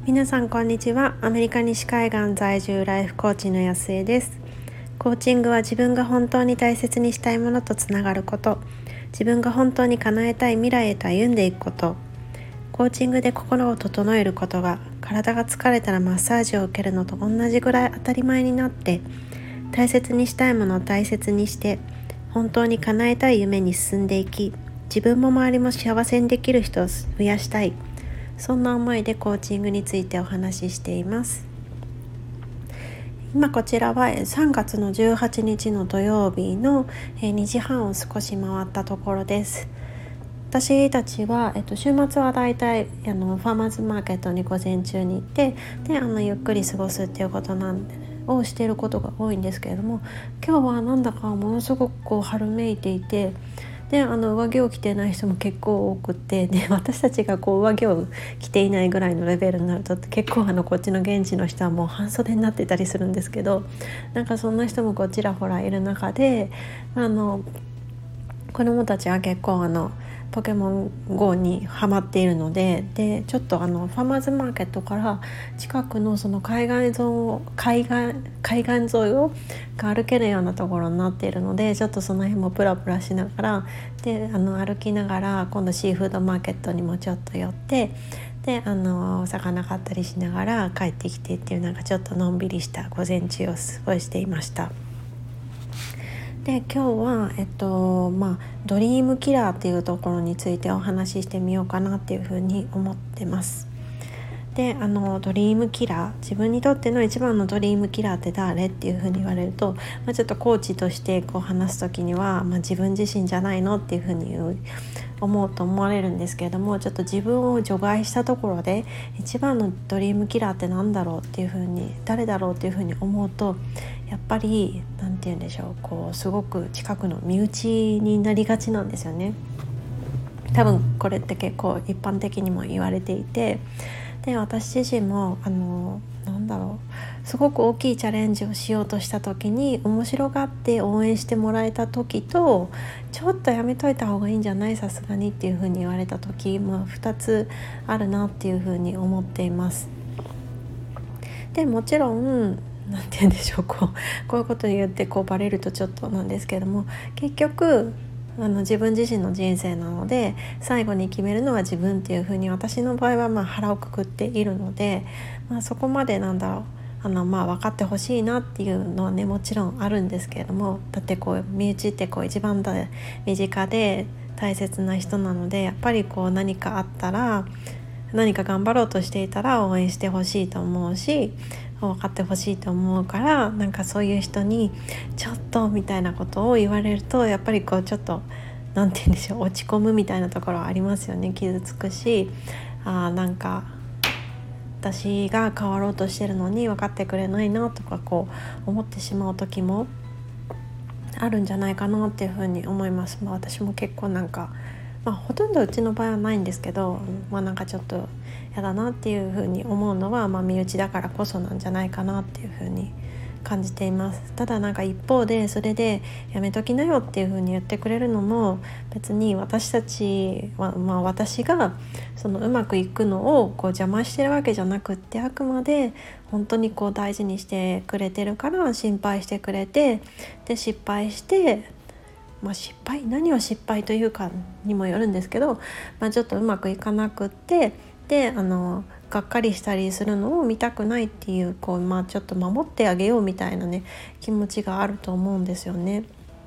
皆さんこんにちは。アメリカ西海岸在住ライフコーチの安江です。コーチングは自分が本当に大切にしたいものとつながること、自分が本当に叶えたい未来へと歩んでいくこと、コーチングで心を整えることが体が疲れたらマッサージを受けるのと同じぐらい当たり前になって、大切にしたいものを大切にして本当に叶えたい夢に進んでいき、自分も周りも幸せにできる人を増やしたい、そんな思いでコーチングについてお話ししています。今こちらは3月の18日の土曜日の2時半を少し回ったところです。私たちは、週末はだいたいファーマーズマーケットに午前中に行って、でゆっくり過ごすっていうことをしていることが多いんですけれども、今日はなんだかものすごく春めいていて、で上着を着てない人も結構多くて、で私たちが上着を着ていないぐらいのレベルになると結構こっちの現地の人はもう半袖になってたりするんですけど、なんかそんな人もちらほらいる中で、子どもたちは結構ポケモン GO にハマっているので、ちょっとファーマーズマーケットから近くのその海岸沿いをが歩けるようなところになっているので、ちょっとその辺もプラプラしながら、で歩きながら今度シーフードマーケットにもちょっと寄って、でお魚買ったりしながら帰ってきてっていう、なんかちょっとのんびりした午前中を過ごしていました。で今日は、ドリームキラーっていうところについてお話ししてみようかなっていうふうに思ってます。でドリームキラー、自分にとっての一番のドリームキラーって誰っていうふうに言われると、ちょっとコーチとして話す時には、自分自身じゃないのっていうふうに思うと思われるんですけれども、ちょっと自分を除外したところで一番のドリームキラーって何だろうっていうふうに、誰だろうっていうふうに思うと、やっぱりなんて言うんでしょう、すごく近くの身内になりがちなんですよね。多分これって結構一般的にも言われていて、で私自身もすごく大きいチャレンジをしようとした時に面白がって応援してもらえた時と、ちょっとやめといた方がいいんじゃない、さすがにっていう風に言われた時、2つあるなっていう風に思っています。でもちろんなんて言うんでしょう、こういうことに言ってバレるとちょっとなんですけども、結局自分自身の人生なので、最後に決めるのは自分っていうふうに私の場合は腹をくくっているので、そこまで分かってほしいなっていうのはね、もちろんあるんですけれども、だって身内って一番身近で大切な人なので、やっぱり何かあったら、何か頑張ろうとしていたら応援してほしいと思うし、分かってほしいと思うから、なんかそういう人にちょっとみたいなことを言われると、やっぱりちょっとなんて言うんでしょう、落ち込むみたいなところありますよね。傷つくし、なんか私が変わろうとしてるのに分かってくれないなとか思ってしまう時もあるんじゃないかなっていうふうに思います。私も結構ほとんどうちの場合はないんですけど、ちょっとやだなっていうふうに思うのは、身内だからこそなんじゃないかなっていうふうに感じています。ただ一方で、それでやめときなよっていうふうに言ってくれるのも、別に私たちは、私がそのうまくいくのを邪魔してるわけじゃなくって、あくまで本当に大事にしてくれてるから心配してくれて、で失敗して何を失敗というかにもよるんですけど、ちょっとうまくいかなくって、でがっかりしたりするのを見たくないっていう、ちょっと守ってあげようみたいなね、気持ちがあると思うんですよね。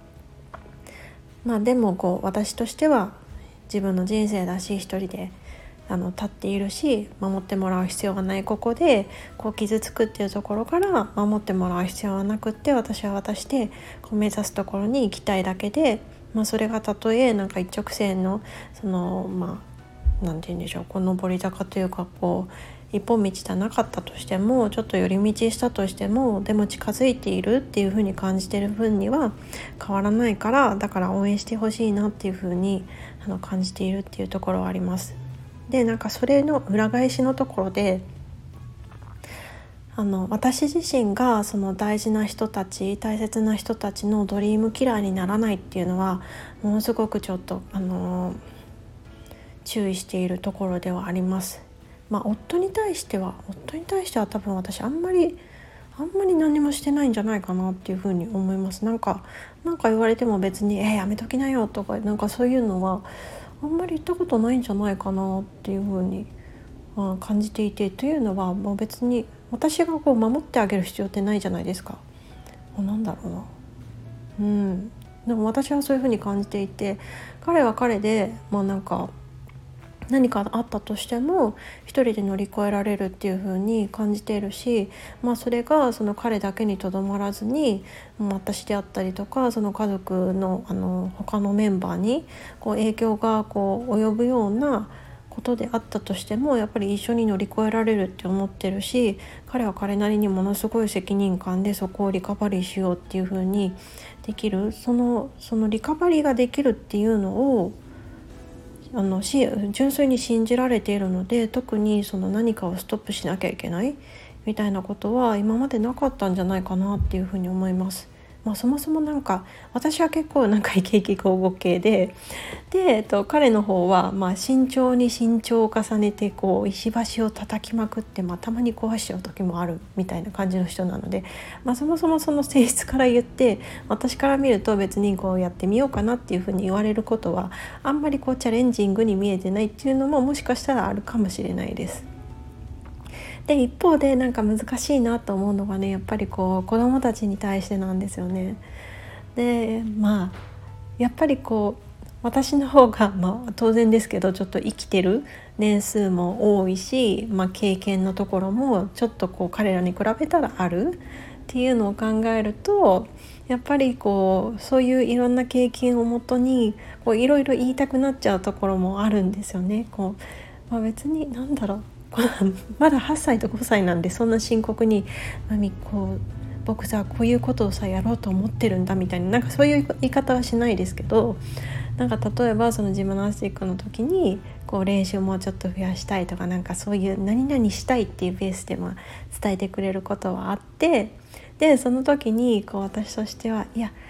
でも私としては自分の人生だし、一人で立っているし、守ってもらう必要がない、ここで傷つくっていうところから守ってもらう必要はなくって、私は私で目指すところに行きたいだけで、それがたとえ一直線のなんて言うんでしょう、上り坂というか一本道じゃなかったとしても、ちょっと寄り道したとしても、でも近づいているっていう風に感じている分には変わらないから、だから応援してほしいなっていう風に感じているっていうところはあります。でそれの裏返しのところで、私自身がその大事な人たち、大切な人たちのドリームキラーにならないっていうのは、ものすごくちょっと注意しているところではあります。 夫に対しては多分私あんまり何もしてないんじゃないかなっていうふうに思います。なんか言われても別にやめときなよとかそういうのはあんまり言ったことないんじゃないかなっていうふうに感じていて、というのはもう別に私が守ってあげる必要ってないじゃないですか。なんだろうな、でも私はそういうふうに感じていて、彼は彼で何かあったとしても一人で乗り越えられるっていう風に感じているし、それがその彼だけにとどまらずに私であったりとかその家族の他のメンバーに影響が及ぶようなことであったとしても、やっぱり一緒に乗り越えられるって思ってるし、彼は彼なりにものすごい責任感でそこをリカバリーしようっていう風にできる、そのリカバリーができるっていうのを純粋に信じられているので、特に何かをストップしなきゃいけないみたいなことは今までなかったんじゃないかなっていうふうに思います。そもそも私は結構イケイケゴーゴー系で、彼の方は慎重に慎重を重ねて石橋を叩きまくって、たまに壊しちゃう時もあるみたいな感じの人なので、そもそもその性質から言って私から見ると別にやってみようかなっていうふうに言われることはあんまりチャレンジングに見えてないっていうのももしかしたらあるかもしれないです。で一方で難しいなと思うのがね、やっぱり子供たちに対してなんですよね。でやっぱり私の方が、当然ですけどちょっと生きてる年数も多いし、経験のところもちょっと彼らに比べたらあるっていうのを考えると、やっぱりそういういろんな経験をもとにいろいろ言いたくなっちゃうところもあるんですよね。別にまだ8歳と5歳なんでそんな深刻に僕さこういうことをやろうと思ってるんだみたいなそういう言い方はしないですけど、例えばそのジムナスティックの時に練習もうちょっと増やしたいとかそういう何々したいっていうベースで伝えてくれることはあって、でその時に私としてはいや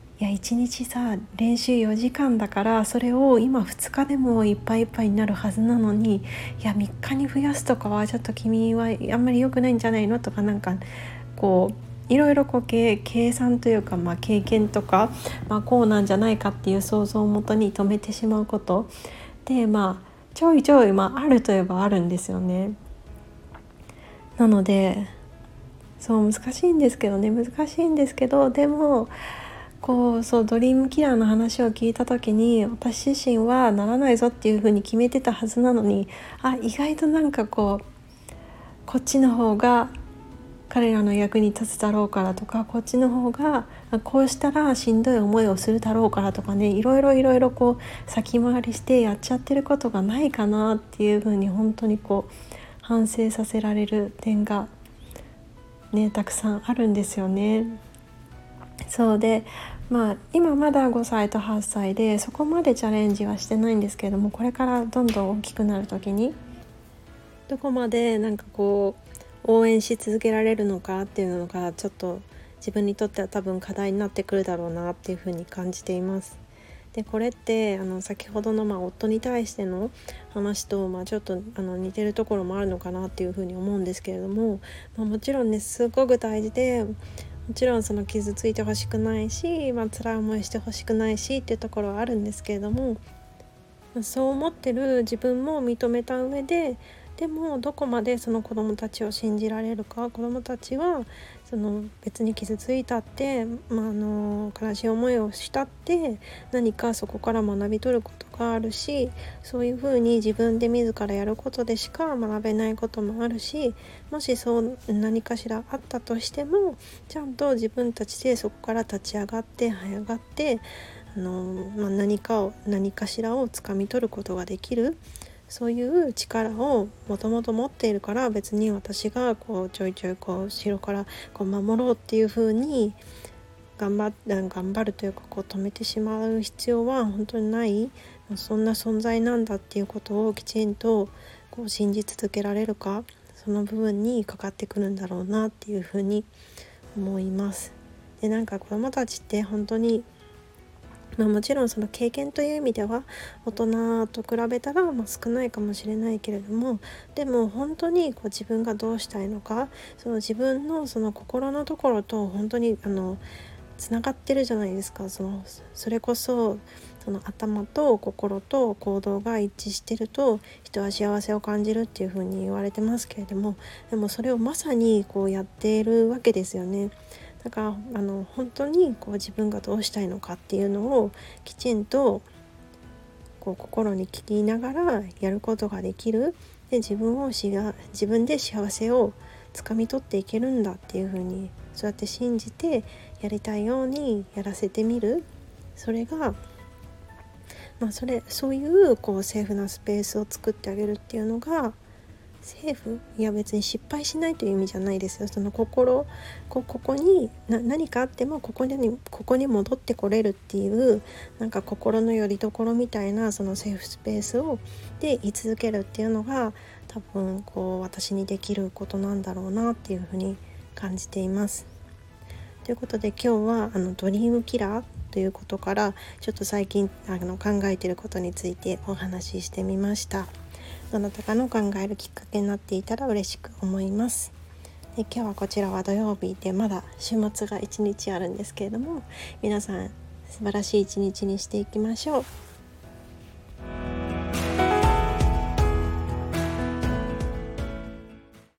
1日練習4時間だからそれを今2日でもいっぱいいっぱいになるはずなのに、3日に増やすとかはちょっと君はあんまり良くないんじゃないのとかいろいろ計算というか、経験とか、こうなんじゃないかっていう想像をもとに止めてしまうことでちょいちょいあるといえばあるんですよね。なので難しいんですけどでもドリームキラーの話を聞いた時に私自身はならないぞっていう風に決めてたはずなのに、意外とこっちの方が彼らの役に立つだろうからとか、こっちの方がこうしたらしんどい思いをするだろうからとかね、いろいろ先回りしてやっちゃってることがないかなっていう風に本当に反省させられる点がねたくさんあるんですよね。そうで今まだ5歳と8歳でそこまでチャレンジはしてないんですけれども、これからどんどん大きくなる時にどこまで応援し続けられるのかっていうのがちょっと自分にとっては多分課題になってくるだろうなっていうふうに感じています。でこれって先ほどの夫に対しての話とちょっと似てるところもあるのかなっていうふうに思うんですけれども、もちろんねすごく大事で、もちろん傷ついてほしくないし、辛い思いしてほしくないしっていうところはあるんですけれども、そう思ってる自分も認めた上で、でもどこまでその子どもたちを信じられるか、子どもたちは別に傷ついたって、悲しい思いをしたって何かそこから学び取ることがあるし、そういうふうに自分で自らやることでしか学べないこともあるし、もしそう何かしらあったとしてもちゃんと自分たちでそこから立ち上がって這い上がって何かしらをつかみ取ることができる、そういう力をもともと持っているから、別に私がちょいちょい後ろから守ろうっていう風に頑張るというか止めてしまう必要は本当にない、そんな存在なんだっていうことをきちんと信じ続けられるか、その部分にかかってくるんだろうなっていう風に思います。で子どもたちって本当にもちろんその経験という意味では大人と比べたら少ないかもしれないけれども、でも本当に自分がどうしたいのか、その自分のその心のところと本当につながってるじゃないですか。それこそその頭と心と行動が一致してると人は幸せを感じるっていう風に言われてますけれども、でもそれをまさにやっているわけですよね。だから本当に自分がどうしたいのかっていうのをきちんと心に聞きながらやることができる。で自分で幸せをつかみ取っていけるんだっていう風にそうやって信じてやりたいようにやらせてみる。それがそういうセーフなスペースを作ってあげるっていうのがセーフ、いや別に失敗しないという意味じゃないですよ。その心ここに何かあってもここに戻ってこれるっていう心の拠り所みたいなそのセーフスペースをで居続けるっていうのが多分私にできることなんだろうなっていうふうに感じています。ということで今日はドリームキラーということからちょっと最近考えていることについてお話ししてみました。どなたかの考えるきっかけになっていたら嬉しく思います。で今日はこちらは土曜日でまだ週末が1日あるんですけれども、皆さん素晴らしい一日にしていきましょう。